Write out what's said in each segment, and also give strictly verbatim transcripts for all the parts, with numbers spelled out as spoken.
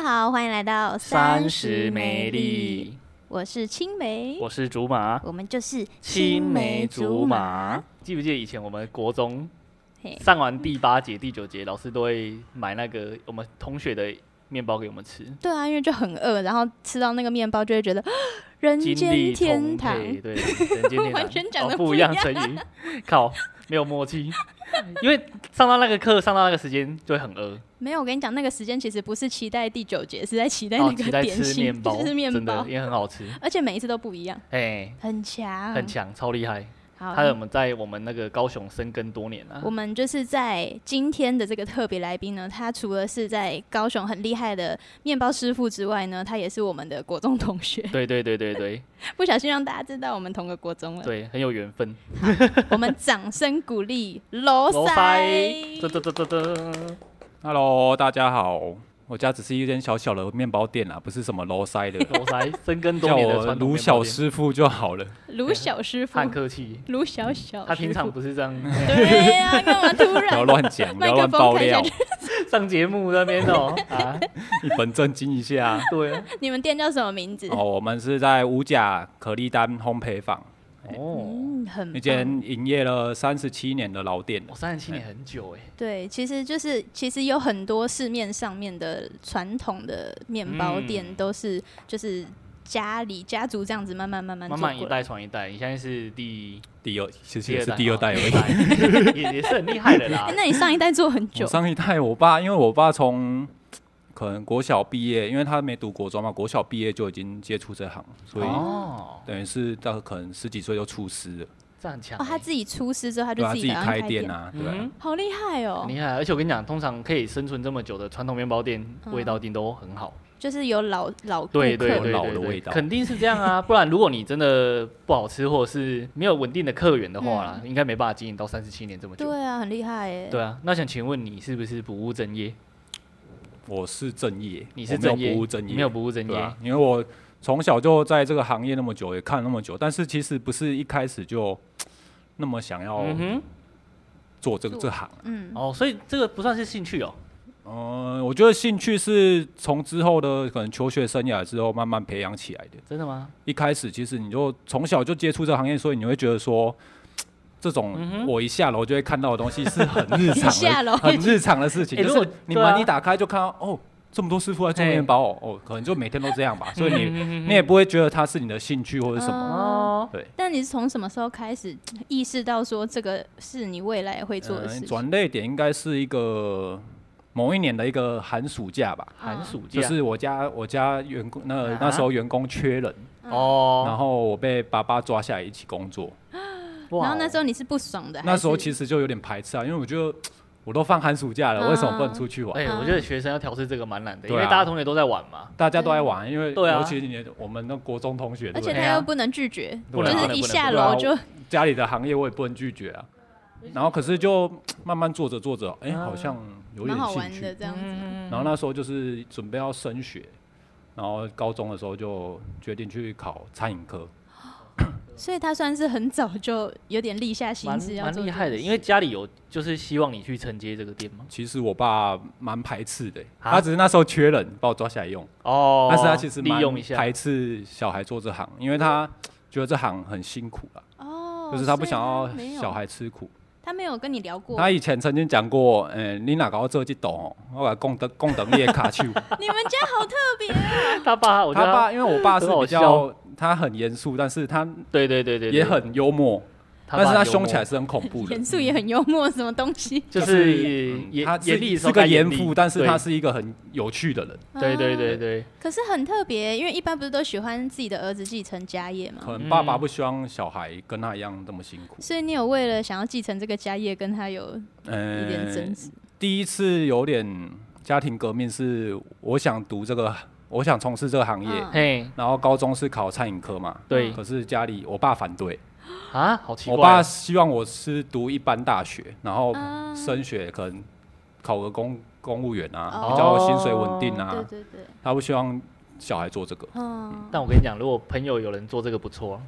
好，欢迎来到三十美丽， 我是青梅， 我是竹马， 我们就是青梅竹马。记不记得以前我们国中上完第八节、第九节，老师都会买那个我们同学的面包给我们吃？ 对啊，因为就很饿，然后吃到那个面包就会觉得人间天堂。 对，人间天堂， 完全讲的不一不一样样成语，靠，没有默契。因为上到那个课，上到那个时间就会很饿。 没有，我跟你讲，那个时间其实不是期待第九节，是在期待那个点心， 哦、吃面包， 就是面包， 真的也很好吃， 而且每一次都不一样， 哎、欸， 很强， 很强，超厉害。 好， 他有没有在我们那个高雄深耕多年啊？ 我们就是在今天的这个特别来宾呢，他除了是在高雄很厉害的面包师傅之外呢，他也是我们的国中同学。 对对对对对， 不小心让大家知道我们同个国中了。 对，很有缘分。 我们掌声鼓励罗塞。 嘚嘚嘚嘚嘚 Hello， 大家好。我家只是一间小小的面包店啦，不是什么楼塞的。 楼塞深耕多年的传统面包店， 叫我卢小师傅就好了。 卢小师傅， 很客气。 卢小小， 他平常不是这样。 对呀、啊，干嘛突然？ 不要乱讲，不要乱爆料。 上节目那边哦，啊， 一本正经一下。 对啊。 你们店叫什么名字？ 哦，我们是在五甲可丽丹烘焙坊。 哦， 嗯，很一间营业了三十七年的老店。 我三十七年很久哎。 对，其实就是其实有很多市面上面的传统的面包店、嗯、都是就是家里家族这样子慢慢慢慢慢慢一代传一代。你现在是第第二，其实也是第二代而已，也也是很厉害的啦。 欸、那你上一代做很久？ 我上一代我爸，因为我爸从可能国小毕业，因为他没读国中嘛，国小毕业就已经接触这行，所以等于是到可能十几岁就出师了。 这很强、 欸、哦！他自己出师之后，他就自己开店啊，对啊、 嗯，好厉害哦， 很厉害。而且我跟你讲，通常可以生存这么久的传统面包店，嗯、味道一定都很好， 就是有老老顾客， 对对对对老的味道， 肯定是这样啊。不然如果你真的不好吃，或者是没有稳定的客源的话啦，嗯、应该没办法经营到三十七年这么久。 对啊，很厉害耶。 对啊，那想请问你是不是不务正业？ 我是正业， 你是正业， 我没有不务正业， 没有不务正业、 啊，因为我从小就在这个行业那么久，也看那么久，但是其实不是一开始就那么想要做这个、嗯、这行、啊， 嗯， 哦，所以这个不算是兴趣哦。 呃，我觉得兴趣是从之后的可能求学生涯之后慢慢培养起来的。 真的吗？ 一开始其实你就从小就接触这个行业，所以你会觉得说，这种我一下楼就会看到的东西是很日常的、很日常的事情。欸、就是你门一打开就看到哦。这么多师傅在做面包 哦, 哦，可能就每天都这样吧，所以你你也不会觉得它是你的兴趣或者什么，哦、对。 但你是从什么时候开始意识到说这个是你未来会做的事情？ 转捩点应该是一个某一年的一个寒暑假吧， 寒暑假就是我家我家员工那那时候员工缺人哦， 然后我被爸爸抓下来一起工作， 然后那时候你是不爽的， 那时候其实就有点排斥啊，因为我觉得。我都放寒暑假了，为什么不能出去玩？ 哎、欸，我觉得学生要调试这个蛮难的，因为大家同学都在玩嘛， 大家都在玩，因为尤其你我们的国中同学， 而且他又不能拒绝， 啊、 就是一下楼就家里的行业我也不能拒绝啊。然后可是就慢慢做着做着，哎、欸，好像有点兴趣， 这样子。 然后那时候就是准备要升学，然后高中的时候就决定去考餐饮科。 所以他算是很早就有点立下心思要做， 蛮厉害的。因为家里有就是希望你去承接这个店吗？ 其实我爸蛮排斥的，他只是那时候缺人，把我抓下来用。 哦， 但是他其实蛮利用一下排斥小孩做这行，因为他觉得这行很辛苦啦。 哦， 就是他不想要小孩吃苦。 他没有跟你聊过。 他以前曾经讲过，欸、你哪搞做这懂哦？我把供等供等你的卡去。 你们家好特别啊！ 他爸，我他爸，因为我爸是比较，他很严肃，但是他对对对对也很幽默。但是他凶起来是很恐怖的， 严肃也很幽默，什么东西？ 就是他是是个严父，但是他是一个很有趣的人。 对对对对。 可是很特别，因为一般不是都喜欢自己的儿子继承家业吗？ 可能爸爸不希望小孩跟他一样那么辛苦。 所以你有为了想要继承这个家业，跟他有一点争执？ 第一次有点家庭革命是，我想读这个。我想从事这个行业， 嗯、 然后高中是考餐饮科嘛， 对。 可是家里我爸反对， 啊，好奇怪、啊！ 我爸希望我是读一般大学，然后升学可能考个公公务员啊，哦、比较薪水稳定啊。 对对对。 他不希望小孩做这个。 嗯。 但我跟你讲，如果朋友有人做这个不错、啊，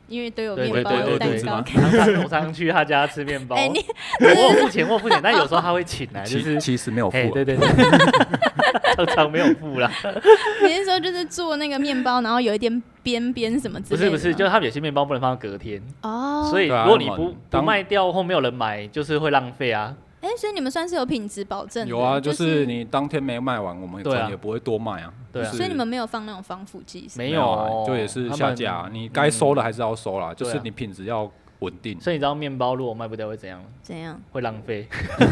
因为都有面包有蛋糕。 我常常去他家吃面包， 哎、欸，你我有付钱，我有付钱，但有时候他会请来，就是其实没有付、啊， 对对对，常常没有付啦。 你是说就是做那个面包，然后有一点边边什么之类的？ 不是不是，就是他们有些面包不能放到隔天哦， 所以如果你不不卖掉或没有人买，就是会浪费啊。 哎、欸，所以你们算是有品质保证的。 有啊，就是你当天没卖完，我们可能也不会多卖啊。 对啊， 就是、 所以你们没有放那种防腐剂？ 没有啊， 就也是下架。你该收的还是要收啦，嗯、就是你品质要稳定。 所以你知道面包如果卖不掉会怎样？ 怎样？ 会浪费。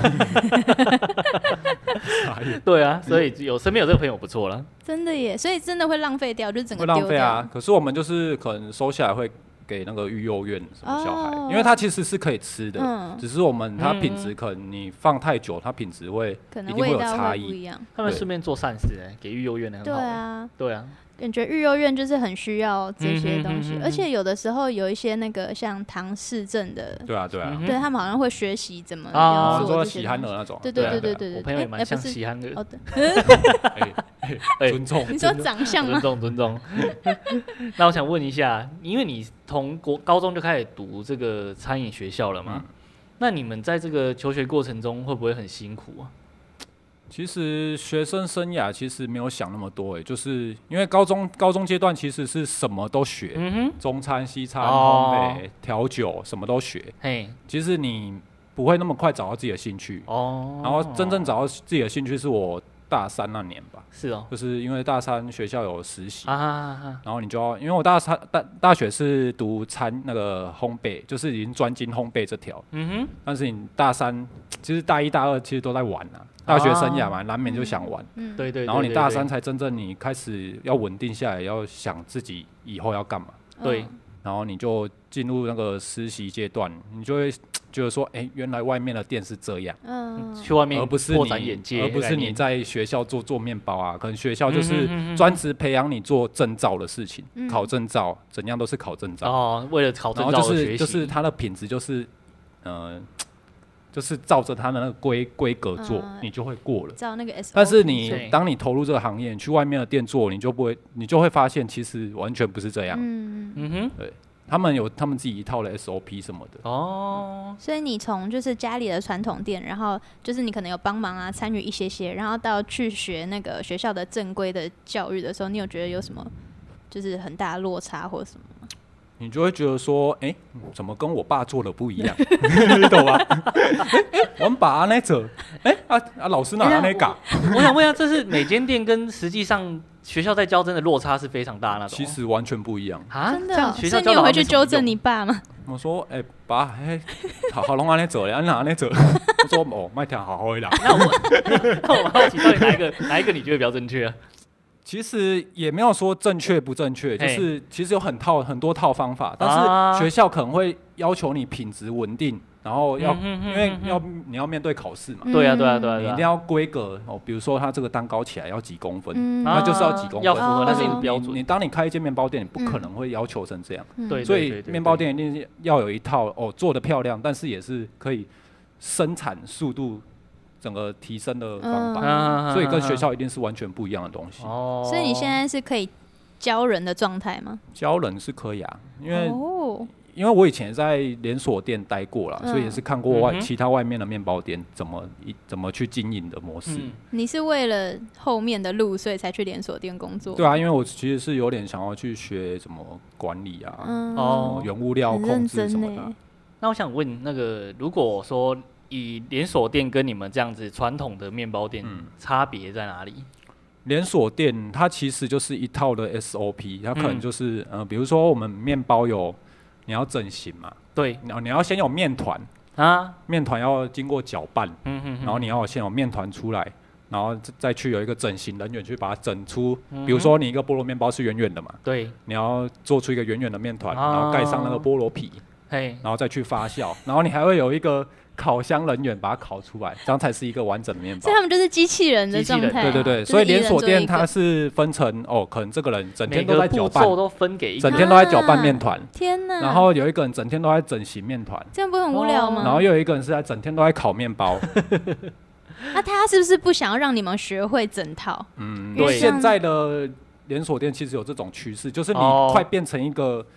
对啊，所以有身边有这个朋友不错了。 真的耶，所以真的会浪费掉，就整个丢掉。会浪费啊，可是我们就是可能收下来会。给那个育幼院什么小孩， oh, 因为它其实是可以吃的，嗯、只是我们它品质可能你放太久，它品质会一定会有差异。 他们顺便做善事、欸，给育幼院的很好。 对啊， 对啊。 感觉育幼院就是很需要这些东西，嗯、哼哼哼而且有的时候有一些那个像唐氏症的， 对啊对啊， 对他们好像会学习怎么样做这些喜憨儿那种， 对对对对对对， 我朋友也蛮像喜憨儿， 哦对， 尊重， 你说长相吗？ 尊重尊重。那我想问一下，因为你从国高中就开始读这个餐饮学校了嘛，嗯、那你们在这个求学过程中会不会很辛苦啊？ 其实学生生涯其实没有想那么多，哎，就是因为高中高中阶段其实是什么都学，嗯、中餐、西餐、烘焙、调酒什么都学。嘿，其实你不会那么快找到自己的兴趣。哦，然后真正找到自己的兴趣是我大三那年吧。 是哦， 就是因为大三学校有实习，啊、然后你就要，因为我大三大大学是读餐那个烘焙，就是已经专精烘焙这条。嗯哼，但是你大三其实大一大二其实都在玩啊。大学生涯嘛，难免就想玩， 嗯，对对。 然后你大三才真正你开始要稳定下来，要想自己以后要干嘛。 对。 然后你就进入那个实习阶段，你就会觉得说，哎，原来外面的店是这样， 嗯，去外面而不是拓展眼界， 而不是你在学校做做面包啊，可能学校就是专职培养你做证照的事情，嗯、考证照怎样都是考证照。 哦，为了考证照而学习， 就是就是它的品质就是，呃。就是照着它的那个规规格做，嗯、你就会过了。 照那个 S O P。 但是你当你投入这个行业，你去外面的店做，你就不会，你就会发现其实完全不是这样。嗯嗯哼，对，他们有他们自己一套的 S O P 什么的。 哦，所以你从就是家里的传统店，然后就是你可能有帮忙啊，参与一些些，然后到去学那个学校的正规的教育的时候，你有觉得有什么就是很大的落差或什么吗？ 你就会觉得说，哎、欸，怎么跟我爸做的不一样？你懂吗？我们把那走，哎、欸、啊啊，老师哪那嘎？ 我想问一下，这是每间店跟实际上学校在教真的落差是非常大那种？ 其实完全不一样啊！真的、哦，学校所以你有回去纠正你爸吗？ 我说，哎、欸，爸，哎、欸，好好弄安那走嘞，安哪那走？我说，哦，麦条好好的啦。 那我那我好奇，到底哪一个哪一个你觉得比较正确啊？ 其实也没有说正确不正确，就是其实有很套很多套方法，但是学校可能会要求你品质稳定，然后要、嗯、因为要你要面对考试嘛， 对啊对啊对啊， 你一定要规格哦，比如说它这个蛋糕起来要几公分，嗯、那就是要几公分， 要符合那个标准。你当你开一间面包店，你不可能会要求成这样， 嗯、 所以面包店一定要有一套哦做得漂亮，但是也是可以生产速度。整个提升的方法，嗯、所以跟学校一定是完全不一样的东西。 哦，所以你现在是可以教人的状态吗？ 教人是可以啊，因为、哦、因为我以前在连锁店待过啦，嗯、所以也是看过外、嗯、其他外面的面包店怎么怎么去经营的模式、嗯。 你是为了后面的路，所以才去连锁店工作？ 对啊，因为我其实是有点想要去学怎么管理啊，哦、嗯，原物料控制什么的、啊。 那我想问，那个如果说。以连锁店跟你们这样子传统的面包店、嗯、差别在哪里？ 连锁店它其实就是一套的 S O P， 它可能就是、嗯、呃，比如说我们面包有你要整形嘛， 对， 然后你要先有面团啊，面团要经过搅拌，嗯哼哼，然后你要先有面团出来，然后再去有一个整形人员去把它整出，嗯、比如说你一个菠萝面包是圆圆的嘛， 对， 你要做出一个圆圆的面团，啊、然后盖上那个菠萝皮， 嘿， 然后再去发酵，然后你还会有一个。烤箱人员把它烤出来，这样才是一个完整的面包。 所以他们就是机器人的状态、啊。 对对对，所以连锁店它是分成哦，可能这个人整天都在搅拌， 都分给一整天都在搅拌面团、啊。 天哪！ 然后有一个人整天都在整形面团， 这样不会很无聊吗？ 然后又有一个人是在整天都在烤面包。 那、啊、他是不是不想要让你们学会整套？ 嗯，对。现在的连锁店其实有这种趋势，就是你快变成一个。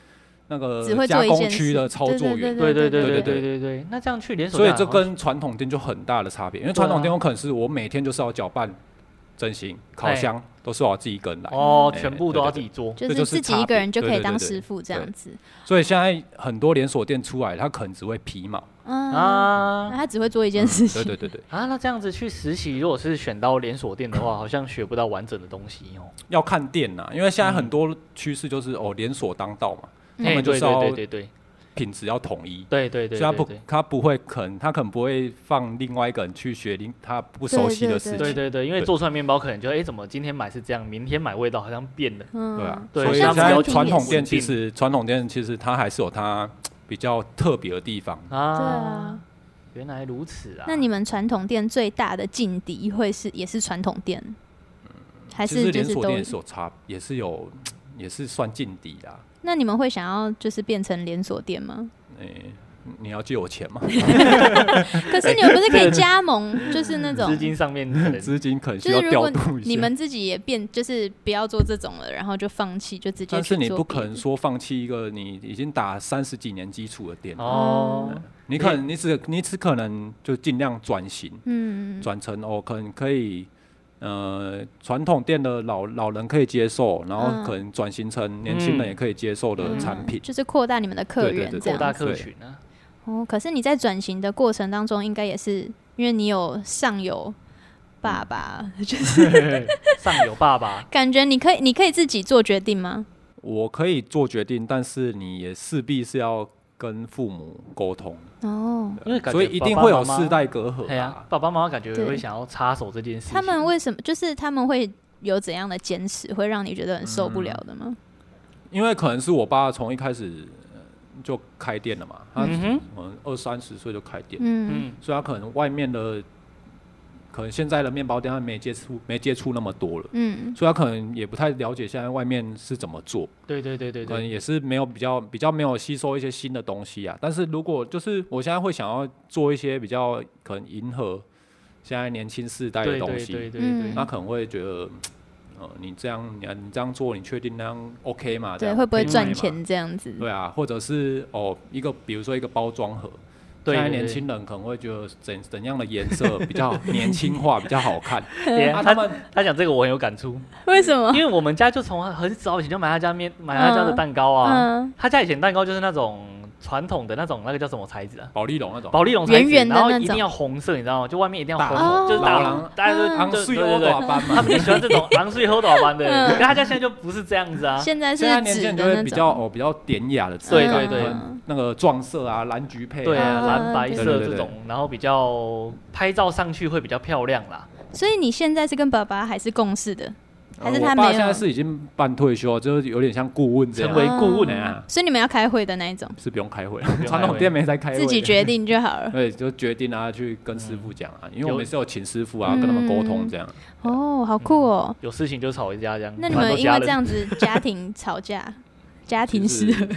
那个加工区的操作员， 对对对对对对对。那这样去连锁店， 所以这跟传统店就很大的差别，因为传统店有可能是我每天就是要搅拌、整形、烤箱，都是我自己一个人来， 哦，全部都要自己做， 就是自己一个人就可以当师傅这样子。 所以现在很多连锁店出来，他可能只会皮毛啊，他只会做一件事情。 对对对对。 啊，那这样子去实习，如果是选到连锁店的话，好像学不到完整的东西哦。 要看店呐，因为现在很多趋势就是哦，连锁当道嘛。他们就是要品质要统一， 对对对， 所以他不他不会可能他可能不会放另外一个人去学他不熟悉的事情， 对对对，因为做出来面包可能就哎怎么今天买是这样，明天买味道好像变了， 对啊， 所以现在传统店其实传统店其实它还是有它比较特别的地方啊，对啊， 原来如此啊。 那你们传统店最大的劲敌会是也是传统店，还是连锁店也是有差，也是有也是算劲敌啊。 那你们会想要就是变成连锁店吗？ 欸、你要借我钱吗？ 可是你们不是可以加盟，就是那种资金上面资金可能需要调度一下。 你们自己也变，就是不要做这种了，然后就放弃，就直接去做。 但是你不可能说放弃一个你已经打三十几年基础的店哦。 你可能你只你只可能就尽量转型，嗯，转成哦，可能可以。呃，传统店的老老人可以接受，然后可能转型成年轻人也可以接受的产品， 嗯嗯、就是扩大你们的客源，这样扩大客群啊。 哦，可是你在转型的过程当中，应该也是因为你有上有爸爸，嗯、就是上有爸爸， 感觉你可以你可以自己做决定吗？ 我可以做决定，但是你也势必是要跟父母沟通哦， 因为所以一定会有世代隔阂。 对啊，爸爸妈妈感觉会想要插手这件事情。 他们为什么？就是他们会有怎样的坚持，会让你觉得很受不了的吗？嗯、 因为可能是我爸从一开始就开店了嘛，他嗯二三十岁就开店，嗯，所以他可能外面的。可能现在的面包店他没接触没接触那么多了，嗯，所以他可能也不太了解现在外面是怎么做， 对对对对对， 可能也是没有比较比较没有吸收一些新的东西啊。但是如果就是我现在会想要做一些比较可能迎合现在年轻世代的东西，对对对对对，那可能会觉得，呃，你这样你你这样做，你确定那样 OK 吗？ 对，会不会赚钱这样子？ 对啊，或者是哦一个比如说一个包装盒。现在年轻人可能会觉得怎怎样的颜色比较年轻化，比较好看。 啊、他们他讲这个我很有感触。 为什么？ 因为我们家就从很早以前就买他家面买他家的蛋糕啊。嗯、他家以前蛋糕就是那种传统的那种那个叫什么材质啊？ 保丽龙那种。 保丽龙材质， 圆圆的那种， 然后一定要红色，你知道吗？就外面一定要红， 哦、 就是大郎， 大家就昂睡喝多少班嘛？ 他们就喜欢这种昂睡喝多少班的。可是他家现在就不是这样子啊。 现在是现在年轻人就会比较哦比较典雅的， 对对对。 那个撞色啊，蓝橘配， 对啊，蓝白色这种，然后比较拍照上去会比较漂亮啦。 所以你现在是跟爸爸还是共事的，还是他没有？ 我爸现在是已经半退休，就是有点像顾问这样， 成为顾问啊。 所以你们要开会的那一种？ 是不用开会，传统店没在开会， 自己决定就好了。 对，就决定啊，去跟师傅讲啊，因为我们是有请师傅啊，跟他们沟通这样。 哦，好酷哦！ 有事情就吵一架这样。 那你们因为这样子家庭吵架？家庭式、 就是，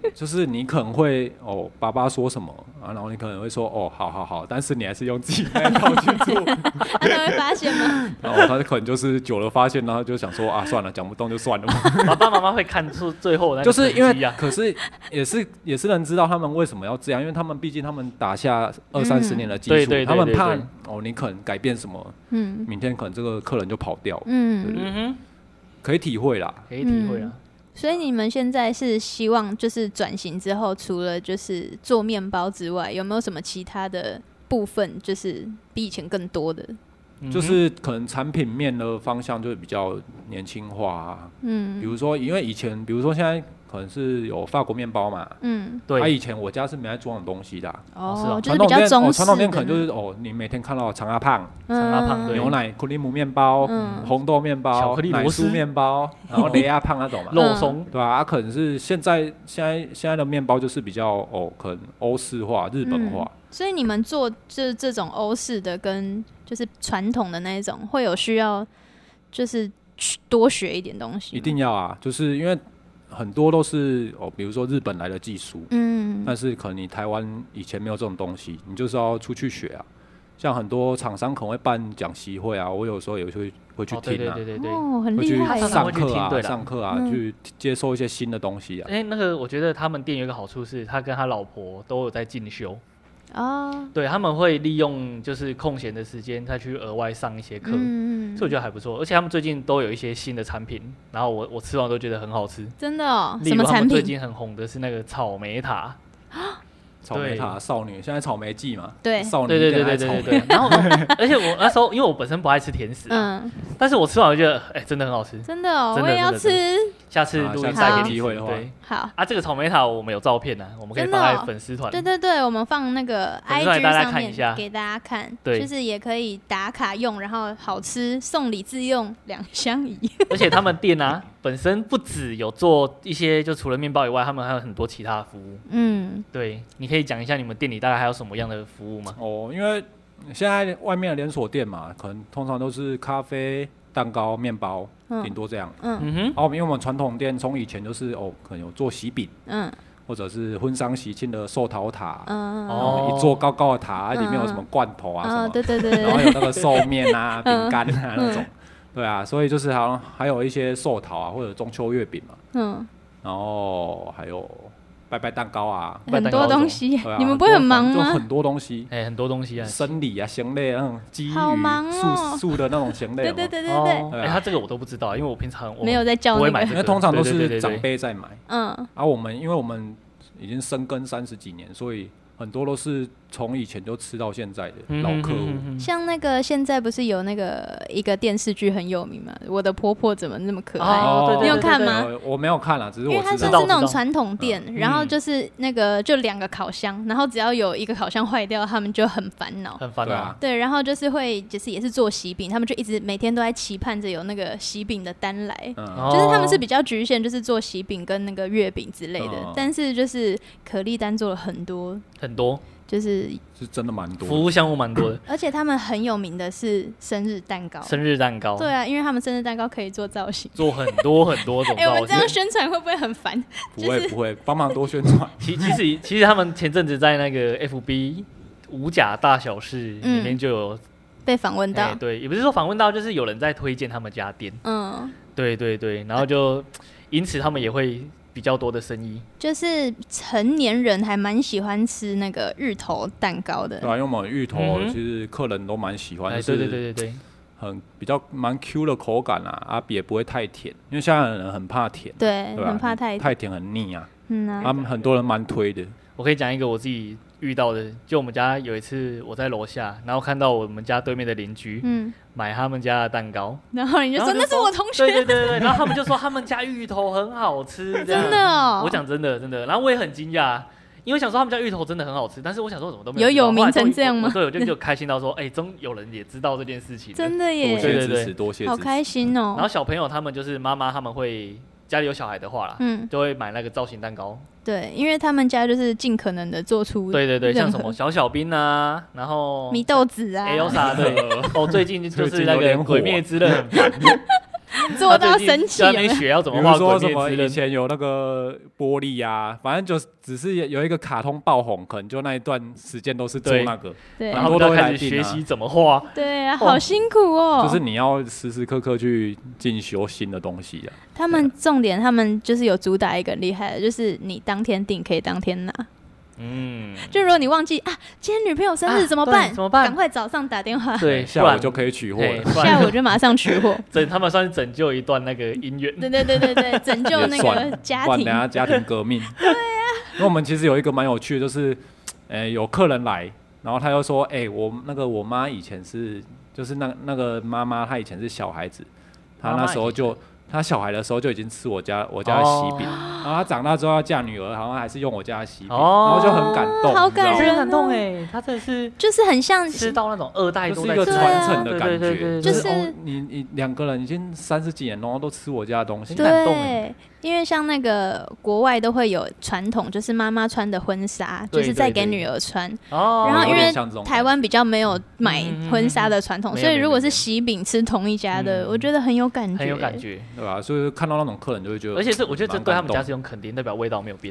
就是你可能会哦，爸爸说什么啊，然后你可能会说哦，好好好，但是你还是用自己那套去做， 他会发现吗？ 然后他可能就是久了发现，然后就想说啊，算了，讲不动就算了嘛。 爸爸妈妈会看出最后那个就是因为，可是也是也是能知道他们为什么要这样，因为他们毕竟他们打下二三十年的基础，嗯、他们怕哦，你可能改变什么，嗯，明天可能这个客人就跑掉，嗯，对对嗯哼，可以体会啦， 可以体会啦。嗯所以你们现在是希望就是转型之后，除了就是做面包之外，有没有什么其他的部分，就是比以前更多的？ 就是可能产品面的方向就比较年轻化啊。嗯，比如说，因为以前，比如说现在可能是有法国面包嘛。嗯，对。啊，以前我家是没在做那种东西的、啊。 哦，就是比较中式的。 传统店可能就是哦，你每天看到长阿胖、 长阿胖、 牛奶克里姆面包、嗯、红豆面包、 巧克力奶酥面包，然后雷亚胖那种嘛， 肉松， 对吧、啊？啊，可能是现在现在现在的面包就是比较哦，可能欧式化、日本化。嗯， 所以你们做就是这种欧式的跟就是传统的那一种，会有需要就是多学一点东西。 一定要啊，就是因为很多都是哦，比如说日本来的技术，嗯，但是可能你台湾以前没有这种东西，你就是要出去学啊。 像很多厂商可能会办讲习会啊，我有时候也会会去听啊， 对对对对， 哦，很厉害， 会去上课啊，上课啊，去接受一些新的东西啊。 哎，那个我觉得他们店有一个好处是，他跟他老婆都有在进修。哦，对，他们会利用就是空闲的时间再去额外上一些课，嗯，所以我觉得还不错。而且他们最近都有一些新的产品，然后我我吃完都觉得很好吃。 真的哦？ 什么产品？最近很红的是那个草莓塔。 草莓塔少女，现在草莓季嘛， 对， 少女对对对对对对。然后，而且我那时候因为我本身不爱吃甜食，嗯，但是我吃完我觉得，哎，真的很好吃， 真的哦，我也要吃。 下次录音带给你机会的话， 对，好啊，这个草莓塔我们有照片呢，我们可以放在粉丝团。 对对对，我们放那个 I G 上面给大家看，对，就是也可以打卡用，然后好吃，送礼自用两相宜。 而且他们店啊，本身不只有做一些，就除了面包以外，他们还有很多其他的服务。嗯，对，你可以讲一下你们店里大概还有什么样的服务吗？ 哦，因为现在外面的连锁店嘛，可能通常都是咖啡、蛋糕、面包，顶、嗯、多这样。嗯哼。哦，因为我们传统店从以前就是哦，可能有做喜饼，嗯，或者是婚丧喜庆的寿桃塔，嗯，然后一座高高的塔，里面有什么罐头啊什么， 对对对， 然后有那个寿面啊、饼干啊那种，对啊，所以就是好像还有一些寿桃啊，或者中秋月饼嘛，嗯，然后还有。拜拜蛋糕啊， 很多东西，啊、你们不会很忙吗？ 就很多东西， 哎、欸，很多东西啊， 生理啊、咸类那种鸡鱼、 素素的那种咸类， 对对对对对。 哎、欸，他这个我都不知道，因为我平常我没有在教那个， 因为通常都是长辈在买，嗯，而、啊、我们因为我们已经深耕三十几年，所以很多都是从以前就吃到现在的老客户。嗯嗯嗯、 像那个现在不是有那个一个电视剧很有名吗？我的婆婆怎么那么可爱？哦、对对对对，你有看吗？ 我没有看啦，只是我知道。 因为它就是那种传统店，嗯、然后就是那个就两个烤箱，然后只要有一个烤箱坏掉，他们就很烦恼， 很烦恼。 对，然后就是会就是也是做喜饼，他们就一直每天都在期盼着有那个喜饼的单来，嗯、就是他们是比较局限，就是做喜饼跟那个月饼之类的，嗯、但是就是可丽丹做了很多很多。 就是是真的蛮多的， 服务项目蛮多的， 而且他们很有名的是生日蛋糕。 生日蛋糕， 对啊，因为他们生日蛋糕可以做造型， 做很多很多种造型。 哎、欸，我们这样宣传会不会很烦？ 不会不会，帮忙多宣传。 其其实其实他们前阵子在那个 F B 五甲大小事里面就有、嗯、 被访问到、 欸，对，也不是说访问到，就是有人在推荐他们家店。嗯，对对对，然后就因此他们也会。比较多的生意， 就是成年人还蛮喜欢吃那个芋头蛋糕的。 对啊，因为我们芋头其实客人都蛮喜欢， 嗯、对对对对对， 很比较蛮 Q 的口感啊，啊也不会太甜，因为现在人很怕甜， 对， 对很怕太甜， 太甜很腻啊。嗯啊，他们很多人蛮推的。 我可以讲一个我自己遇到的，就我们家有一次我在楼下，然后看到我们家对面的邻居，嗯，买他们家的蛋糕， 然后你就说那是我同学， 对对对对，然后他们就说他们家芋头很好吃， 真的哦， 我讲真的真的，然后我也很惊讶，因为想说他们家芋头真的很好吃，但是我想说怎么都没有有有名成这样吗？ 对，我就就开心到说，哎、欸，终有人也知道这件事情， 真的耶， 多谢支持，多谢支持， 好开心哦。 然后小朋友他们就是妈妈他们会家里有小孩的话啦，嗯，就会买那个造型蛋糕。 对，因为他们家就是尽可能的做出对对对，像什么小小兵啊，然后祢豆子啊 ，Elsa 对，哦，最近就是那个《鬼灭之刃》 做到生气， 那学要怎么画鬼灭之刃？ 什么以前有那个玻璃啊，反正就只是有一个卡通爆红，可能就那一段时间都是做那个， 对， 然后都开始学习怎么画， 对啊，好辛苦哦。 就是你要时时刻刻去进修新的东西啊。 他们重点，他们就是有主打一个厉害的，就是你当天订可以当天拿。嗯，就如果你忘记啊，今天女朋友生日怎么办？ 怎么办？ 赶快早上打电话， 对， 下午就可以取货了。 下午就马上取货。 拯他们算是拯救一段那个姻缘。 对对对对对，拯救那个家庭。 等下家庭革命。 对啊。 因为我们其实有一个蛮有趣的，就是，呃，有客人来，然后他就说，哎、欸，我那个我妈以前是，就是那那个妈妈她以前是小孩子，她那时候就。他小孩的时候就已经吃我家我家的喜饼，哦、然后他长大之后要嫁女儿，好像还是用我家的喜饼，哦、然后就很感动， 好感人， 很感动哎，他真的是就是很像吃到那种二代都在吃，就是一个传承的感觉， 对对对对就是、哦、你你两个人已经三十几年，然后都吃我家的东西， 对， 感动哎。 因为像那个国外都会有传统，就是妈妈穿的婚纱，就是再给女儿穿。哦。然后因为台湾比较没有买婚纱的传统，嗯、所以如果是喜饼吃同一家的，嗯、我觉得很有感觉， 很有感觉， 对吧？所以看到那种客人就会觉得， 而且这我觉得这对他们家是一种肯定，代表味道没有变。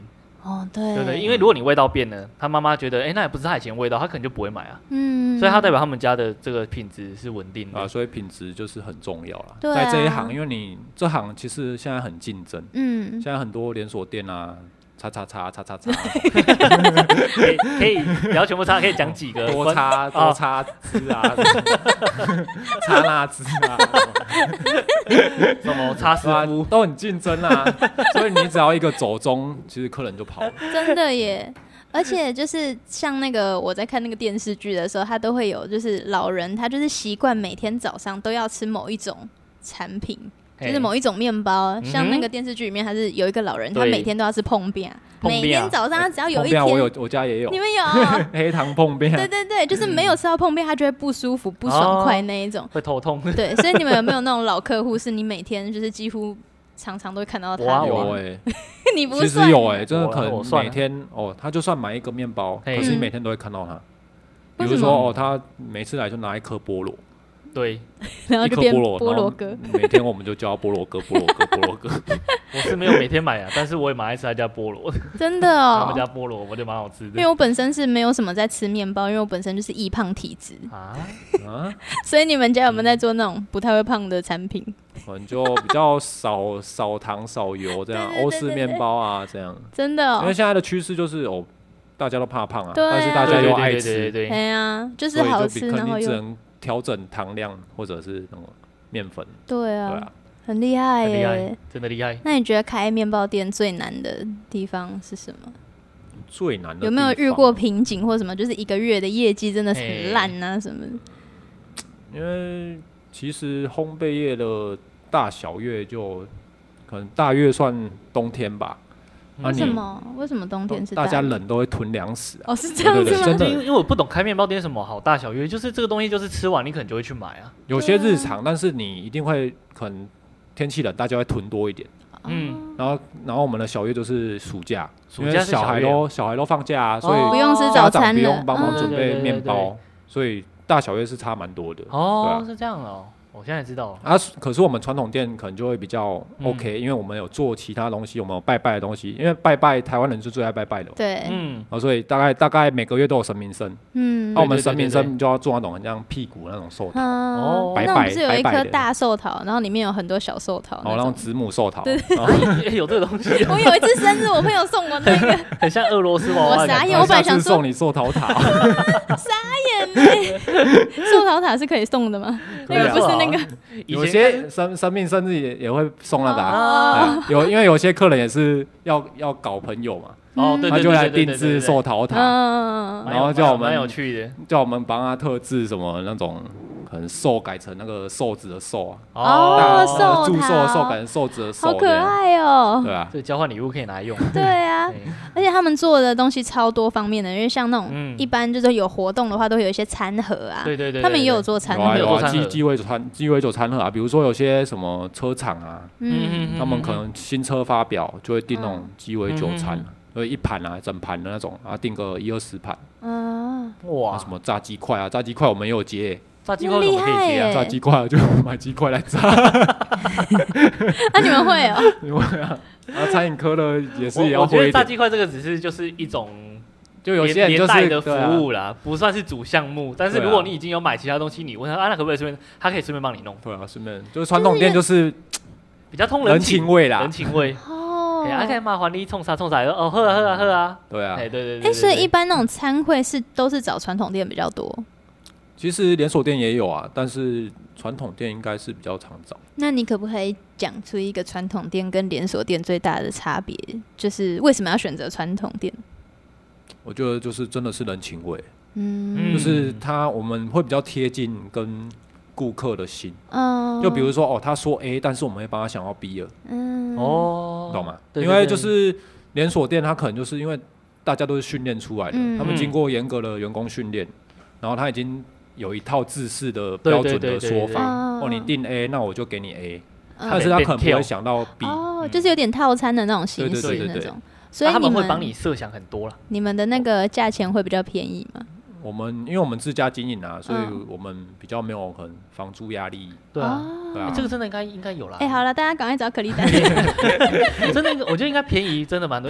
哦，对， 对对，因为如果你味道变了，他妈妈觉得，哎、欸，那也不是他以前味道，他可能就不会买啊。嗯，所以他代表他们家的这个品质是稳定的啊，所以品质就是很重要啦。 对啊， 在这一行，因为你这行其实现在很竞争，嗯，现在很多连锁店啊。叉叉叉叉叉叉， 可以可以，不要全部叉，可以讲几个多叉多叉汁啊，叉那汁啊， 什么叉师傅都很竞争啊，所以你只要一个走中，其实客人就跑了。 真的耶！而且就是像那个我在看那个电视剧的时候，他都会有就是老人，他就是习惯每天早上都要吃某一种产品。就是某一种面包，嗯、像那个电视剧里面，他是有一个老人，他每天都要吃碰饼，每天早上他只要有一天， 我有我家也有， 你们有黑糖碰饼， 对对对，就是没有吃到碰饼，他就会不舒服、不爽快那一种， 哦、会头痛。 对，所以你们有没有那种老客户，是你每天就是几乎常常都会看到他？ 我有哎、欸， 你不其实有哎、欸，真的可能每天哦，他就算买一个面包，可是你每天都会看到他。比如说哦，他每次来就拿一颗菠萝。 对， 然后就变菠萝哥。 每天我们就叫菠萝哥，菠萝哥，菠萝哥。 我是没有每天买啊，但是我也蛮爱吃他家菠萝。 真的哦， 他们家菠萝我觉得蛮好吃的。 因为我本身是没有什么在吃面包，因为我本身就是易胖体质啊啊，所以你们家有没有在做那种不太会胖的产品？ 可能就比较少少糖少油这样，欧式面包啊这样。 真的哦， 因为现在的趋势就是哦，大家都怕胖啊，但是大家又爱吃， 对对啊，就是好吃，然后又。 调整糖量或者是那种面粉， 对啊，对啊，很厉害耶， 很厉害，真的厉害。 那你觉得开面包店最难的地方是什么？ 最难的有没有遇过瓶颈或什么？就是一个月的业绩真的很烂啊什么的？ 因为其实烘焙业的大小月就可能大月算冬天吧。 为什么？为什么冬天是大家冷都会囤粮食啊？ 哦，是这样子吗？ 真的，因为我不懂开面包店什么好大小月，就是这个东西就是吃完你可能就会去买啊。 有些日常，但是你一定会可能天气冷，大家会囤多一点。嗯，然后然后我们的小月就是暑假， 暑假小孩都小孩都放假啊，所以不用吃早餐了， 不用帮忙准备面包，所以大小月是差蛮多的。 哦，是这样哦。我现在知道啊，可是我们传统店可能就会比较 OK，、嗯、因为我们有做其他东西，我们有拜拜的东西，因为拜拜台湾人是最爱拜拜的， 对， 嗯，啊，所以大概大概每个月都有神明生，嗯，那、啊、我们神明生就要做那种很像屁股那种寿桃，哦，白白那我们不是有一颗大寿桃，然后里面有很多小寿桃， 哦，那种子母寿桃， 对， 欸、有这个东西。 我有一次生日，我朋友送我那个， 很像俄罗斯娃娃， 我傻眼，我本来想送你寿桃塔， 傻眼嘞，寿桃塔是可以送的吗？那个不是那个。 有些生生命生日也也会送那个、啊哦，有因为有些客人也是要要搞朋友嘛， 哦，对对对对对对， 他就来定制寿桃塔， 嗯、 然后叫我们蛮有趣的， 叫我们帮他特制什么那种。可能寿改成那个寿子的寿啊， 哦，寿祝寿的寿改成寿子的寿， 好可爱哦。 对啊， 这交换礼物可以拿来用。 对啊，而且他们做的东西超多方面的，因为像那种一般就是有活动的话，都会有一些餐盒啊。 对对对， 他们也有做餐盒， 有啊，鸡鸡尾酒餐鸡尾酒餐盒啊，比如说有些什么车厂啊，嗯，他们可能新车发表就会订那种鸡尾酒餐，所以一盘啊，整盘的那种啊，订个一二十盘。啊，哇，什么炸鸡块啊，炸鸡块我们也有接。 炸鸡块怎么可以接啊？ 炸鸡块就买鸡块来炸。 那、啊、你们会哦？ 你会啊？啊，餐饮科的也是也要会一点。我觉得炸鸡块这个只是就是一种， 就有些人就是连带的服务啦，啊、不算是主项目。但是如果你已经有买其他东西，你问他啊，那可不可以顺便？他可以顺便帮你弄。 对啊，顺便就是传统店就是比较通人情味啦， 人情味。哦，哎，可以麻烦你冲啥冲啥哦，喝啊喝啊喝啊。 对啊， 哎对对对。 哎，所以一般那种餐会是都是找传统店比较多。 其实连锁店也有啊，但是传统店应该是比较常找。 那你可不可以讲出一个传统店跟连锁店最大的差别？就是为什么要选择传统店？ 我觉得就是真的是人情味，嗯，就是他我们会比较贴近跟顾客的心，嗯，就比如说哦，他说 A， 但是我们会帮他想要 B 了，嗯，哦，懂吗？因为就是连锁店，他可能就是因为大家都是训练出来的，嗯、他们经过严格的员工训练，然后他已经有一套制式的标准的说法，哦，你定 A， 那我就给你 A，、嗯、但是他可能不会想到 B， 哦，就是有点套餐的那种形式那种，对对对对对，所以他们会帮你设想很多啦。 你们的那个价钱会比较便宜吗？ 我们因为我们自家经营啊，所以我们比较没有很房租压力。 对啊，对啊、欸，这个真的应该应该有啦。 哎、欸，好了，大家赶快找可丽丹。 真的，我觉得应该便宜，真的蛮多，因为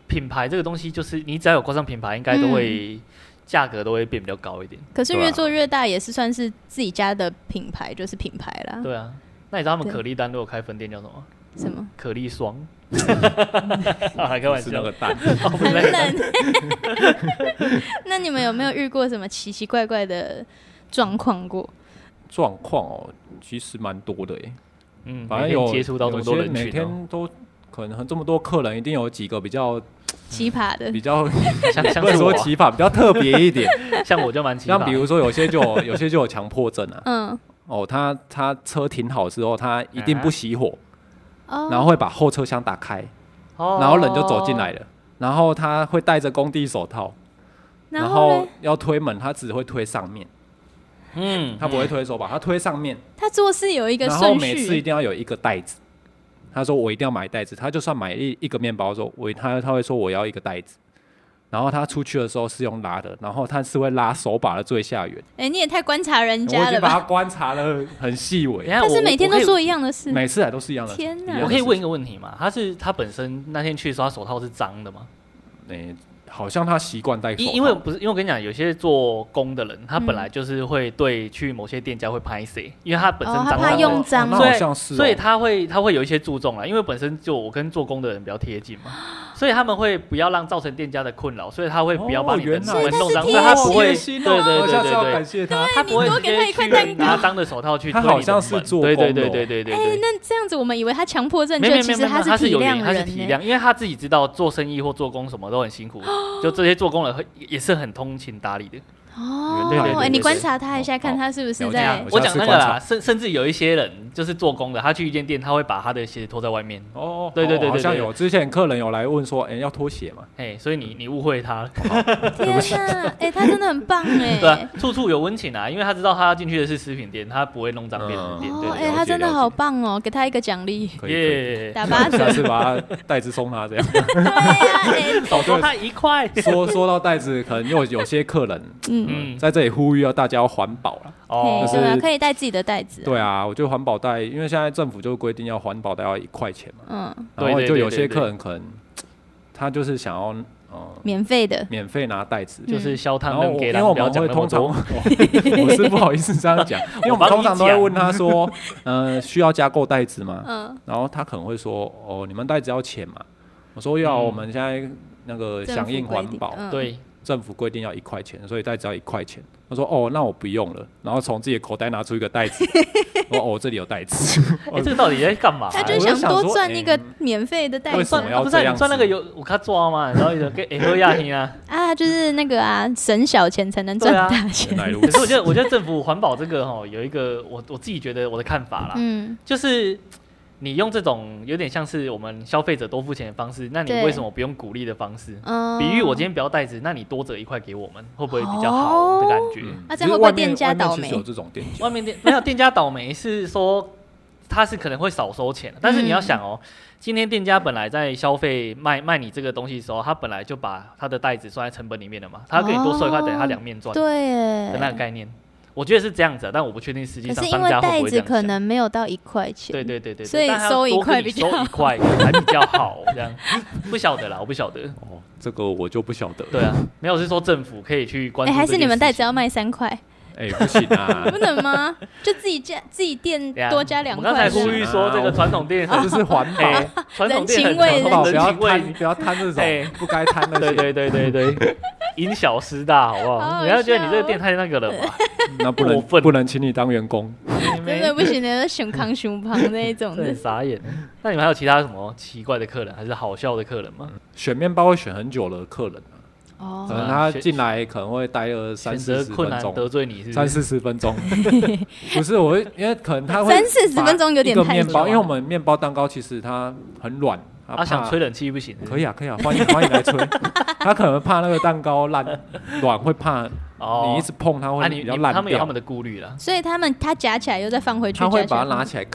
品牌这个东西，就是你只要有挂上品牌，应该都会价、嗯、格都会变比较高一点。 可是越做越大，也是算是自己家的品牌，就是品牌啦。 对啊，那你知道他们可丽丹都有开分店叫什么？ 什么？ 可丽霜。啊，开玩笑， 那个蛋很冷。那你们有没有遇过什么奇奇怪怪的状况过？ 状况哦，其实蛮多的耶。 嗯， 反正有接触到这么多人群、哦， 每天都可能这么多客人，一定有几个比较奇葩的， 比较像像不能说奇葩，比较特别一点。 像我就蛮奇葩， 像比如说有些就有有些就有强迫症啊。 嗯。 哦，他他车停好之后，他一定不熄火。 哦、 然后会把后车厢打开，哦、然后人就走进来了。然后他会戴着工地手套，然后要推门，他只会推上面，嗯，他不会推手把，他推上面。 他做事有一个顺序， 然后每次一定要有一个袋子。他说我一定要买袋子，他就算买一一个面包，说我他他会说我要一个袋子。然后他出去的时候是用拉的，然后他是会拉手把的最下缘。 哎、欸，你也太观察人家了吧！ 我已经把他观察的很细微。 他是每天都做一样的事， 每次来都是一样的事。 天哪！ 我可以问一个问题吗？他是他本身那天去的时候，他手套是脏的吗？ 欸好像他习惯戴手套， 因为不是，因为我跟你讲，有些做工的人，他本来就是会对去某些店家会拍谁，因为他本身脏， 哦、他怕用脏， 哦、所以、哦、 所以他会他会有一些注重啦，因为本身就我跟做工的人比较贴近嘛，所以他们会不要让造成店家的困扰，所以他会不要把你的门弄脏，所以他不会，对对对对对， 感谢他， 他不会直接去拿脏的手套去推你的门， 他好像是做工的， 对对对对对对。 哎，那这样子我们以为他强迫症，就其实他是体谅人， 他是体谅，因为他自己知道做生意或做工什么都很辛苦，就这些做工的也是很通情达理的。 哦，对对对对，你观察他一下，看他是不是在。 我讲那个啦，甚甚至有一些人就是做工的，他去一间店，他会把他的鞋子脱在外面。哦，对对对对， 好像有之前客人有来问说，哎，要脱鞋嘛？ 哎，所以你你误会他了。 天哪，哎，他真的很棒哎。 对啊，处处有温情啊，因为他知道他要进去的是食品店，他不会弄脏别人的店。对， 哎，他真的好棒哦，给他一个奖励。 耶， 打八折， 下次把他袋子送他这样。 对呀， 少收他一块。 说说到袋子，可能有有些客人，嗯，在这里呼吁要大家要环保了。 哦，就是可以带自己的袋子。 对啊，我觉得环保袋，因为现在政府就规定要环保袋要一块钱嘛。嗯，然后就有些客人可能他就是想要呃免费的， 免费拿袋子， 就是消碳跟给因为我们会通常，我是不好意思这样讲，因为我们通常都会问他说，呃，需要加购袋子吗？嗯，然后他可能会说，哦，你们袋子要钱嘛？我说要，我们现在那个响应环保， 对。 政府规定要一块钱，所以袋子要一块钱。他说：“哦，那我不用了。”然后从自己的口袋拿出一个袋子，说：“哦，这里有袋子。 欸”这个到底在干嘛、啊？ 他就想多赚一个免费的袋子。 为什么要这样？不是你赚那个有有卡抓吗？然后就给哎喝亚听啊啊，就是那个啊，省小钱才能赚大钱。 啊、 可是我觉得，我觉得政府环保这个哈，有一个我我自己觉得我的看法啦，嗯，就是。你用这种有点像是我们消费者多付钱的方式，那你为什么不用鼓励的方式？比喻我今天不要袋子，那你多折一块给我们，会不会比较好的感觉？ 哦嗯、啊，这样会不会店家倒霉？ 有这种店家， 外面店没有店家倒霉是说他是可能会少收钱，但是你要想哦，嗯、今天店家本来在消费卖卖你这个东西的时候，他本来就把他的袋子算在成本里面了嘛，他给你多收一块，等于他两面赚， 对的那个概念。我觉得是这样子、啊，但我不确定实际上商家会不会这样想。 可是因为袋子可能没有到一块钱， 对对对对， 所以收一块比较收一块还比较好，这样不晓得啦，我不晓得。 哦，这个我就不晓得。 对啊，没有是说政府可以去关注。哎、 欸，还是你们袋子要卖三块？ 哎、欸，不行啊， 不能吗？就自己加自己店多加两块。 我刚才呼吁说，这个传统店这是环保， 传统店很环保，不要贪，不要贪这种不该贪的。 对对对对对，因小失大，好不好？好好你要觉得你这个店太那个了吧？ 那不能不能请你当员工， 真的不行的，熊康熊胖那一种的， 傻眼。那你们还有其他什么奇怪的客人，还是好笑的客人吗？ 选面包会选很久的客人。哦，可能他进来可能会待了三四十分钟， 得罪你是三四十分钟，不是我，因为可能他会三四十分钟有点太久。面包，因为我们面包蛋糕其实它很软， 他、啊、想吹冷气不行。 可以啊，可以啊，欢迎欢迎来吹。他可能怕那个蛋糕烂软，会怕你一直碰它会比较烂掉。 他们有他们的顾虑啦， 所以他们他夹起来又再放回去， 他会把它拿起来看。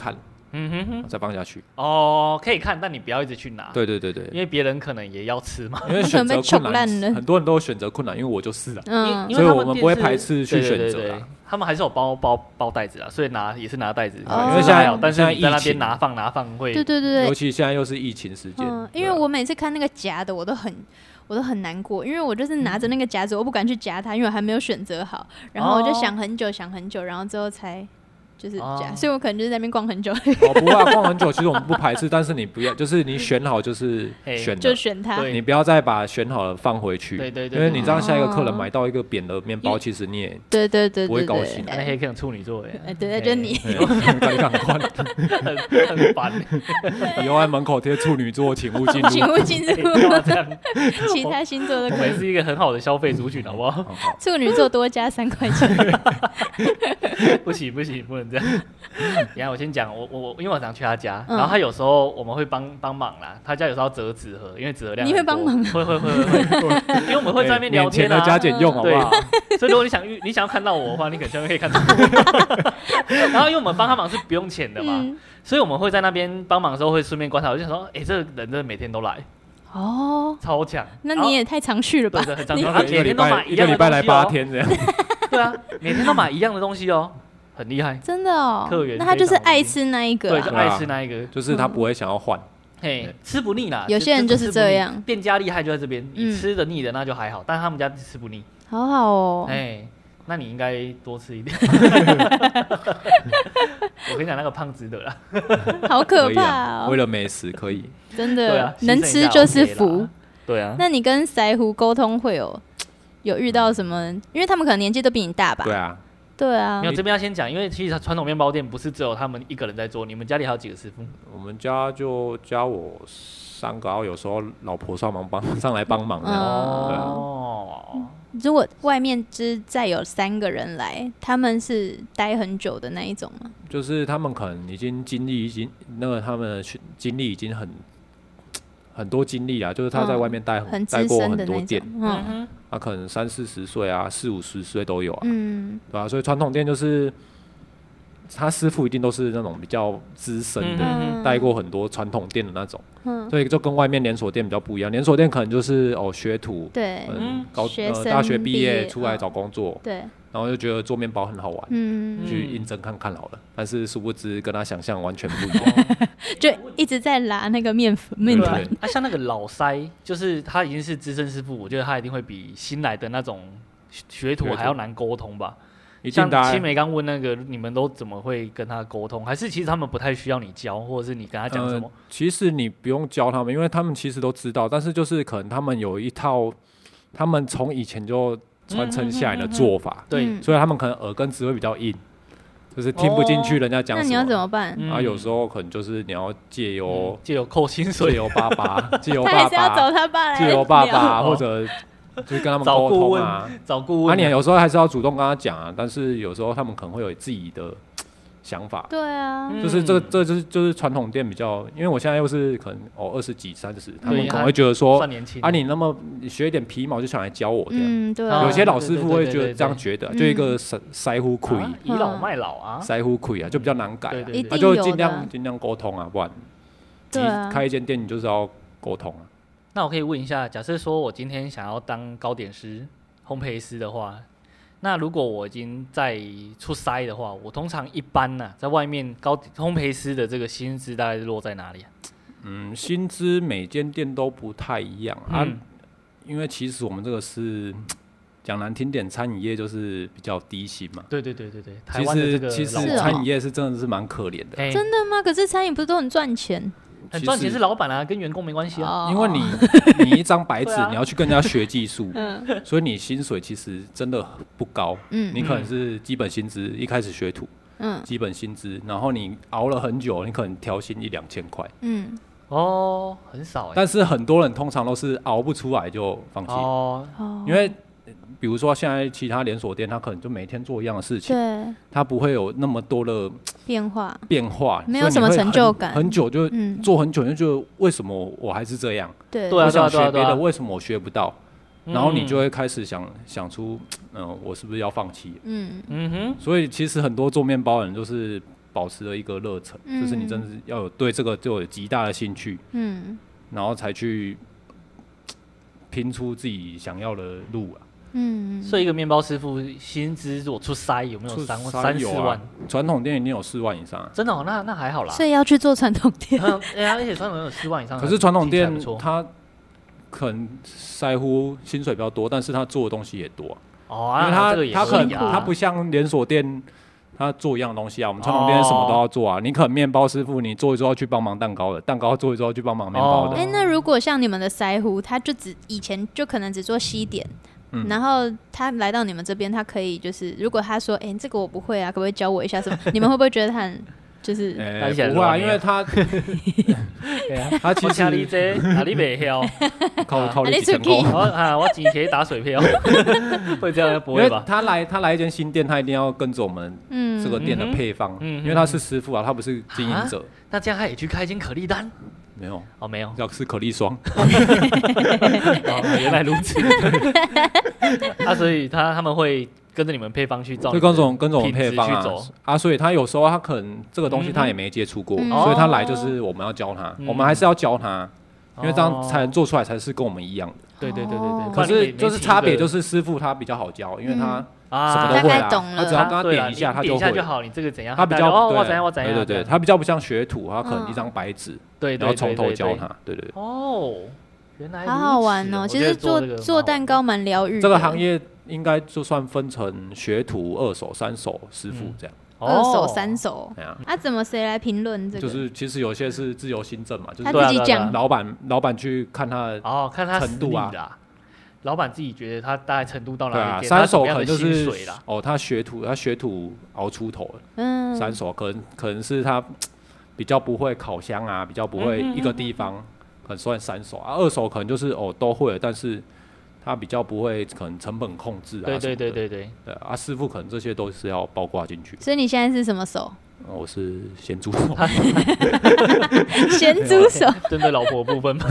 嗯哼哼，再放下去。 哦，可以看，但你不要一直去拿。 对对对对， 因为别人可能也要吃嘛。 因为选择困难，很多人都选择困难，因为我就是啊， 嗯， 所以我们不会排斥去选择啊。 他们还是有包包包袋子啊，所以拿也是拿袋子，因为现在有，但是你在那边拿放拿放会， 对对对， 尤其现在又是疫情时间， 因为我每次看那个夹的，我都很。我都很难过，因为我就是拿着那个夹子，我不敢去夹它，因为我还没有选择好，然后我就想很久，想很久，然后之后才就是夹，哦、所以我可能就是在那边逛很久。 哦，不会、啊，逛很久，其实我们不排斥，但是你不要，就是你选好就是选， 就选它， 你不要再把选好了放回去， 对对对， 因为你这样下一个客人买到一个扁的面包，其实你也对对对不会高兴。 那黑客人处女座哎， 哎对，就你， 赶赶快， 很很烦。 以后在门口贴处女座，请勿进入， 请勿进入。这样，其他星座都可以。 我们是一个很好的消费族群，好不好？ 处女座多加三块钱。 不行不行，不能这样。等一下我先讲，我我因为我常去他家，然后他有时候我们会帮帮忙啦。他家有时候要折纸盒，因为纸盒量很多。 你会帮忙？ 会会会会，因为我们会在那边聊天啊， 免钱的加减用，好不好？ 所以如果你想你想要看到我的话，你可能下面可以看到我。然后因为我们帮他忙是不用钱的嘛，嗯、所以我们会在那边帮忙的时候会顺便观察，我就想说，哎、欸，这个人真的每天都来。哦，超强！ 那你也太常去了吧？ 对，很常去，他每天都买一样的东西、哦、 一个礼拜来八天这样。 对啊，每天都买一样的东西哦。很厉害， 真的哦。 客源， 那他就是爱吃那一个、啊， 对，就爱吃那一个， 就是他不会想要换， 嘿，吃不腻啦。 有些人就是这样， 店家厉害就在这边，你吃的腻的那就还好，但是他们家吃不腻， 好好哦。 哎，那你应该多吃一点。我跟你讲，那个胖值得啦， 好可怕哦。 为了美食可以， 真的，能吃就是福。 对啊， 那你跟腮胡沟通会有有遇到什么？因为他们可能年纪都比你大吧？ 对啊。 对啊， 没有这边要先讲，因为其实传统面包店不是只有他们一个人在做，你们家里还有几个师傅？ 我们家就加我三个，然后有时候老婆上忙帮上来帮忙。 哦，如果外面只再有三个人来，他们是待很久的那一种吗？ 就是他们可能已经经历已经那个他们的经历已经很很多经历啊，就是他在外面待很待过很多店， 嗯。 他、啊、可能三四十岁啊，四五十岁都有啊， 嗯， 对吧、啊？所以传统店就是他师傅一定都是那种比较资深的，待、嗯、过很多传统店的那种，嗯，所以就跟外面连锁店比较不一样。连锁店可能就是哦学徒， 对， 嗯，高呃大学毕业出来找工作， 对， 然后就觉得做面包很好玩， 嗯， 去应征看看好了。但是殊不知跟他想象完全不一样， 就一直在拉那个面粉面团。 啊，像那个老塞，就是他已经是资深师傅，我觉得他一定会比新来的那种学徒还要难沟通吧。像青梅刚问那个，你们都怎么会跟他沟通？还是其实他们不太需要你教，或者是你跟他讲什么、呃？ 其实你不用教他们，因为他们其实都知道，但是就是可能他们有一套，他们从以前就传承下来的做法， 对、 嗯，所以他们可能耳根子会比较硬，就是听不进去人家讲什么、哦。 那你要怎么办？ 啊，有时候可能就是你要借由借由扣薪水， 借由爸爸，借由爸爸， 他还是要找他爸来， 借由爸爸或者。就是跟他们沟通啊， 找顾问， 啊，你有时候还是要主动跟他讲啊，但是有时候他们可能会有自己的想法。 对啊， 就是这个，这就是就是传统店比较，因为我现在又是可能哦二十几、三十，他们可能会觉得说，啊，你那么你学一点皮毛就想来教我这样， 嗯，对啊， 有些老师傅会觉得这样觉得，就一个腮胡亏， 倚老卖老啊， 腮胡亏啊，就比较难改， 一定有，就尽量尽量沟通啊，不然， 对啊， 开一间店你就是要沟通啊。 那我可以问一下，假设说我今天想要当糕点师、烘焙师的话，那如果我已经在出筛的话，我通常一般呢、啊，在外面糕烘焙师的这个薪资大概是落在哪里啊？ 嗯，薪资每间店都不太一样、嗯、啊，因为其实我们这个是讲难听点，餐饮业就是比较低薪嘛。 对对对对对， 台湾的这个其实其实餐饮业是真的是蛮可怜的、 欸。真的吗？可是餐饮不是都很赚钱？ 很赚钱是老板啊，跟员工没关系啊。 因为你你一张白纸，你要去跟人家学技术，嗯、所以你薪水其实真的不高。嗯，你可能是基本薪资，一开始学徒，嗯，基本薪资，然后你熬了很久，你可能调薪一两千块。 嗯，哦，很少哎、欸。 但是很多人通常都是熬不出来就放弃。哦，因为。比如说，现在其他连锁店，他可能就每天做一样的事情，对，他不会有那么多的变化， 变化， 没有什么成就感。 很久就做很久，就觉得为什么我还是这样？ 对， 我想学别的，为什么我学不到？然后你就会开始想想出，嗯，我是不是要放弃？嗯嗯哼。所以其实很多做面包的人就是保持了一个热忱，嗯、就是你真的是要有对这个就有极大的兴趣，嗯，然后才去拼出自己想要的路啊。 嗯，所以一个面包师傅薪资如果出塞有没有三三四万？ 传统店一定有四万以上、啊。 真的哦，那那还好啦。 所以要去做传统店。 哎呀，而且传统店有四万以上。 可是传统店它可能腮乎薪水比较多，但是他做的东西也多、啊。哦，因为他、啊这个、他可能他不像连锁店，他做一样东西啊。我们传统店什么都要做啊。哦、你可能面包师傅，你做一做要去帮忙蛋糕的，蛋糕做一做要去帮忙面包的。 哎、哦，那如果像你们的腮乎，他就只以前就可能只做西点。嗯、然后他来到你们这边，他可以就是，如果他说，哎、欸，这个我不会啊，可不可以教我一下什么？你们会不会觉得他很就是？ 欸、不会啊，因为他他其实你这哪里袂晓， 靠靠你几成功我啊，我之前打水漂，会这样不会吧？ 他来他来一间新店，他一定要跟着我们这个店的配方，嗯、因为他是师傅啊，他不是经营者、啊。 那这样他也去开一间可丽丹？ 没有哦，没有， 要吃可丽霜。 哦，原来如此。啊，所以他他们会跟着你们配方去照， 就跟着跟着我们配方啊。啊，所以他有时候他可能这个东西他也没接触过，嗯、所以他来就是我们要教他，嗯、我们还是要教他，因为这样才能做出来才是跟我们一样的。 对对对对对。 可是就是差别就是师傅他比较好教，因为他。什么都会啦，他只要跟他点一下，他就会。点一下就好，你这个怎样？ 他比较哦，我怎样我怎样。 对对对，他比较不像学徒，他可能一张白纸，对，然后从头教他。对对。 哦，原来好好玩哦！其实做做蛋糕蛮疗愈。 这个行业应该就算分成学徒、二手、三手师傅这样。 二手、三手。对啊。啊，怎么谁来评论这个？ 就是其实有些是自由心证嘛，就是他自己讲， 老板老板去看他的哦，看他程度啊。 老板自己觉得他大概程度到哪里？ 对啊，三手可能就是哦，他学徒，他学徒熬出头了。嗯，三手可能可能是他比较不会烤箱啊，比较不会一个地方，可能算三手啊。二手可能就是哦都会了，但是他比较不会，可能成本控制啊。 对对对对对。 对啊，师傅可能这些都是要包括进去。 所以你现在是什么手？ 我是咸猪手。 咸猪手， 针对老婆部分吗？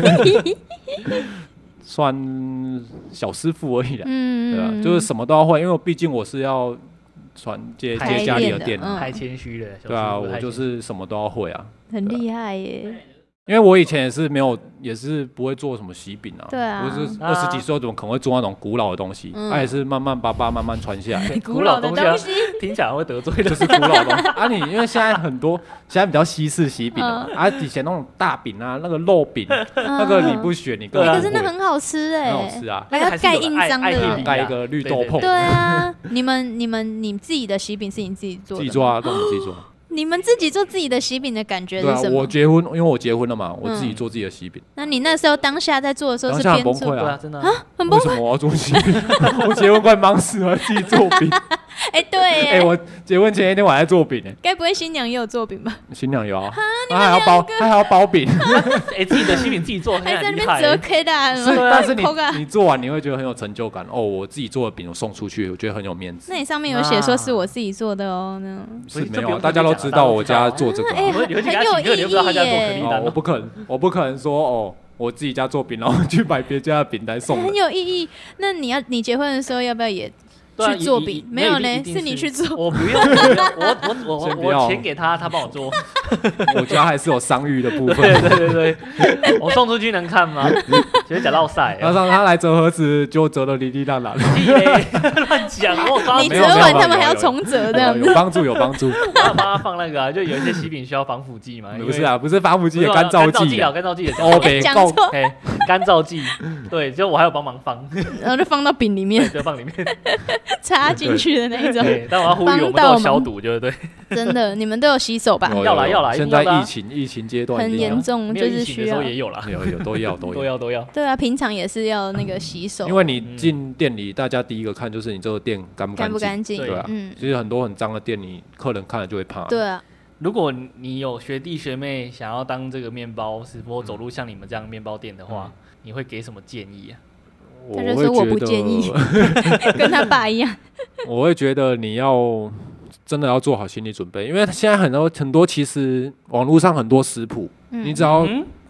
算小师傅而已啦，嗯，对吧？就是什么都要会，因为毕竟我是要传接接家里的店， 太谦虚了。 对啊，我就是什么都要会啊， 很厉害耶。 因为我以前也是没有，也是不会做什么喜饼啊。 对啊， 我是二十几岁，怎么可能会做那种古老的东西？它也是慢慢巴巴慢慢传下来。 古老的东西听起来会得罪的， 就是古老的东西啊。你因为现在很多现在比较西式喜饼啊，啊以前那种大饼啊，那个肉饼，那个你不选你根本不会。 可是那很好吃哎， 很好吃啊。 还要盖印章的， 盖一个绿豆椪。 对啊，你们你们你自己的喜饼是你自己做的？ 自己做啊，都我们自己做。 你们自己做自己的喜饼的感觉是什么？ 对啊，我结婚，因为我结婚了嘛，我自己做自己的喜饼。 嗯、那你那时候当下在做的时候是边做， 当下很崩溃啊， 真的啊，很崩溃。 为什么我要做喜饼？我结婚快忙死了，自己做饼。 哎、欸，对，哎、 欸，我结婚前一天我还在做饼呢。 该不会新娘也有做饼吧？ 新娘有啊，她还要包，她还要包饼。 哎、欸，自己的喜饼自己做， 还在那边折 K 的， 是，但是你你做完你会觉得很有成就感哦。我自己做的饼我送出去，我觉得很有面子。 那你上面有写说是我自己做的哦？那是没有，大家都知道我家做这个。 哎、欸，很有意义耶！ 哦，我不可能，我不可能说哦。我自己家做饼，然后去买别家的饼来送、欸， 很有意义。那你要你结婚的时候要不要也去做饼？没有呢，是你去做。 我不用，我我我我我钱给他，他帮我做。 我家还是有商誉的部分。 对对对对，我送出去能看吗？直接讲落赛。 然后他来折盒子就折得哩哩啦啦。 乱讲，我帮你折完他们还要重折这样子。 有帮助有帮助。 我要帮他放那个啊，就有一些喜饼需要防腐剂嘛。 不是啊，不是防腐剂，干燥剂啊，干燥剂。 哦，别讲错。 干燥剂，对，就我还有帮忙放， 然后就放到饼里面， 就放里面， 插进去的那一种。 对，但我要呼吁我们都有消毒，对不对？ 真的，你们都有洗手吧？ 要来要来， 现在疫情疫情阶段很严重，就是需要也有啦， 有有都要都都要都要。 对啊，平常也是要那个洗手， 因为你进店里，大家第一个看就是你这个店干不干净， 干不干净， 对啊。嗯，其实很多很脏的店，你客人看了就会怕。 对啊。 如果你有学弟学妹想要当这个面包师傅，走路像你们这样面包店的话，你会给什么建议啊？ 他就说我不建议，跟他爸一样。 我会觉得你要真的要做好心理准备，因为现在很多很多其实网络上很多食谱，嗯、你只要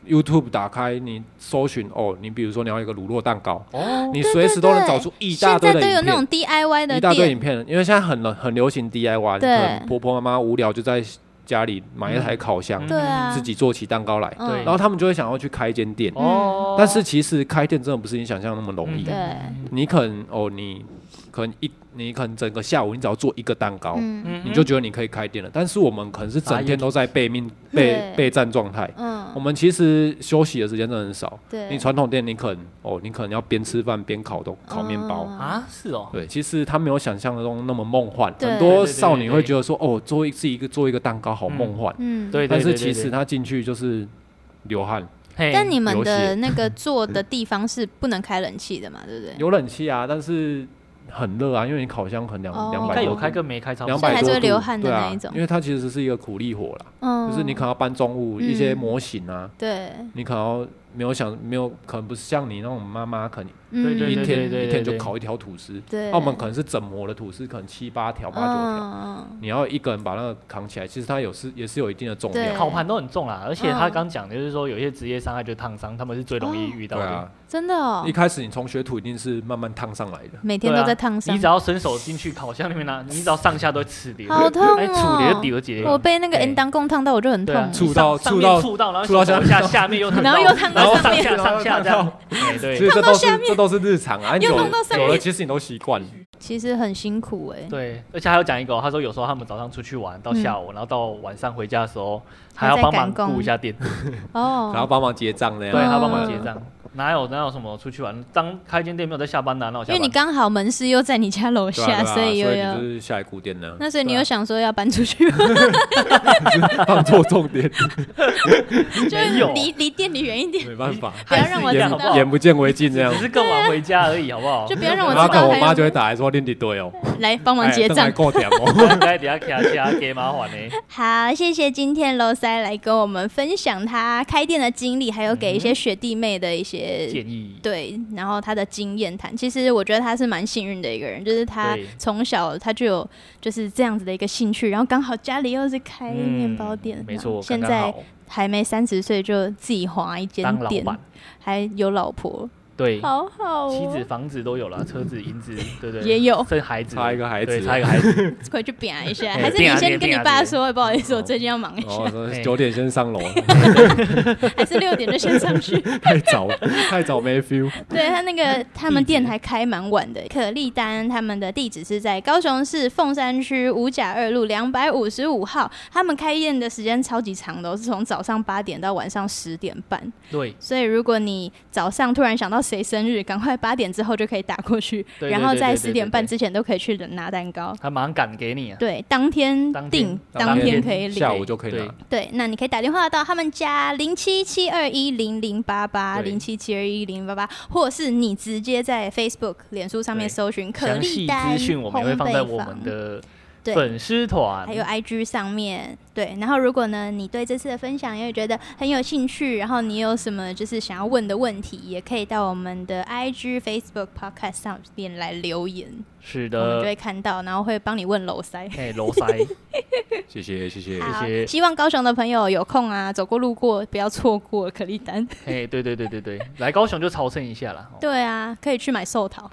YouTube 打开，你搜寻哦，你比如说你要一个乳酪蛋糕，哦，你随时都能找出一大堆的影片，现在都有那种 D I Y 的一大堆影片，因为现在很很流行 D I Y， 可能婆婆妈妈无聊就在家里买一台烤箱， 对啊， 自己做起蛋糕来， 对， 然后他们就会想要去开一间店，哦，但是其实开店真的不是你想象那么容易，对，你可能哦，你可能一你可能整个下午你只要做一个蛋糕，嗯、你就觉得你可以开店了。但是我们可能是整天都在备命备备战状态，嗯，我们其实休息的时间真的很少。对，你传统店你可能哦，你可能要边吃饭边烤东烤面包啊，是哦， 对，其实他没有想象中那么梦幻。很多少女会觉得说哦，做一自己一个做一个蛋糕好梦幻，嗯，对，但是其实他进去就是流汗。 但你们的那个做的地方是不能开冷气的嘛，对不对？ 有冷气啊，但是很热啊，因为你烤箱可能两两百， 有开跟没开差不多，两百多度， 还是流汗的那一种。 对啊，因为它其实是一个苦力活啦，嗯，就是你可能要搬重物，一些模型啊，对，你可能要没有想没有，可能不是像你那种妈妈，可能一天一天就烤一条吐司，对，那我们可能是整模的吐司，可能七八条、八九条，你要一个人把那个扛起来，其实它有是也是有一定的重量， 烤盘都很重啦，而且他刚讲的就是说，有一些职业伤害就是烫伤，他们是最容易遇到的。 真的哦， 一开始你从学徒一定是慢慢烫上来的， 每天都在烫伤。 你只要伸手进去烤箱里面拿，你只要上下都会刺裂， 好痛哦！ 触裂底而结。 我被那个 N 当供烫到，我就很痛， 触到触到触到，然后触到下下面又烫到， 然后又烫到上面，上下这样。 对，所以这都是这都是日常啊，久久了其实你都习惯了。 其实很辛苦哎。 对，而且还有讲一个，他说有时候他们早上出去玩到下午，然后到晚上回家的时候，还要帮忙顾一下店， 哦，还要帮忙结账那样。 对，还要帮忙结账。哪有哪有什么出去玩？当开间店没有在下班的，那我下班。 因为你刚好门市又在你家楼下，所以又要就是下来顾店呢。 那所以你有想说要搬出去吗？ 放错重点， 就是离离店里远一点。 没办法， 不要让我知道， 眼不见为净这样。 只是更晚回家而已，好不好？ 就不要让我知道。 我妈就会打来说练得对哦， 来帮忙结账。 够点哦， 来底下卡卡给麻烦呢。 好，谢谢今天楼塞来跟我们分享他开店的经历，还有给一些学弟妹的一些。 建议对，然后他的经验谈，其实我觉得他是蛮幸运的一个人，就是他从小他就有就是这样子的一个兴趣，然后刚好家里又是开面包店， 没错， 现在还没三十岁就自己划一间店，还有老婆。 对， 好好、哦， 妻子、房子都有了，车子、银子，对不对？ 也有， 生孩子， 差一个孩子， 差一个孩子， 快去比一下。还是你先跟你爸说，不好意思，我最近要忙一下。 哦，九点先上楼， 还是六点就先上去？ 太早，太早没 feel。 对他那个，他们店还开蛮晚的。可丽丹他们的地址是在高雄市凤山区五甲二路两百五十五号。他们开店的时间超级长的，是从早上八点到晚上十点半。 对， 所以如果你早上突然想到谁生日，赶快八点之后就可以打过去，然后在十点半之前都可以去拿蛋糕， 他马上赶给你啊！ 对，当天订，当天可以领， 下午就可以拿。 对，那你可以打电话到他们家零七七二一零零八八零七七二一零零八八，或者是你直接在 Facebook、脸书上面搜寻可丽丹， 详细资讯我们会放在我们的粉丝团， 还有 I G 上面。对，然后如果呢，你对这次的分享也觉得很有兴趣，然后你有什么就是想要问的问题，也可以到我们的 I G、Facebook、Podcast 上面来留言。 是的， 我们就会看到，然后会帮你问楼塞。 哎，楼塞， 谢谢谢谢谢谢。 希望高雄的朋友有空啊，走过路过不要错过可丽丹。 哎，对对对对对，来高雄就朝圣一下啦。 对啊，可以去买寿桃。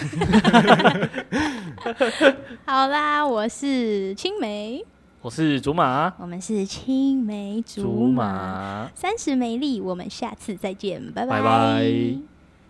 好啦，我是青梅。 我是竹马， 我们是青梅竹马，三十美丽，我们下次再见，拜拜。 拜拜。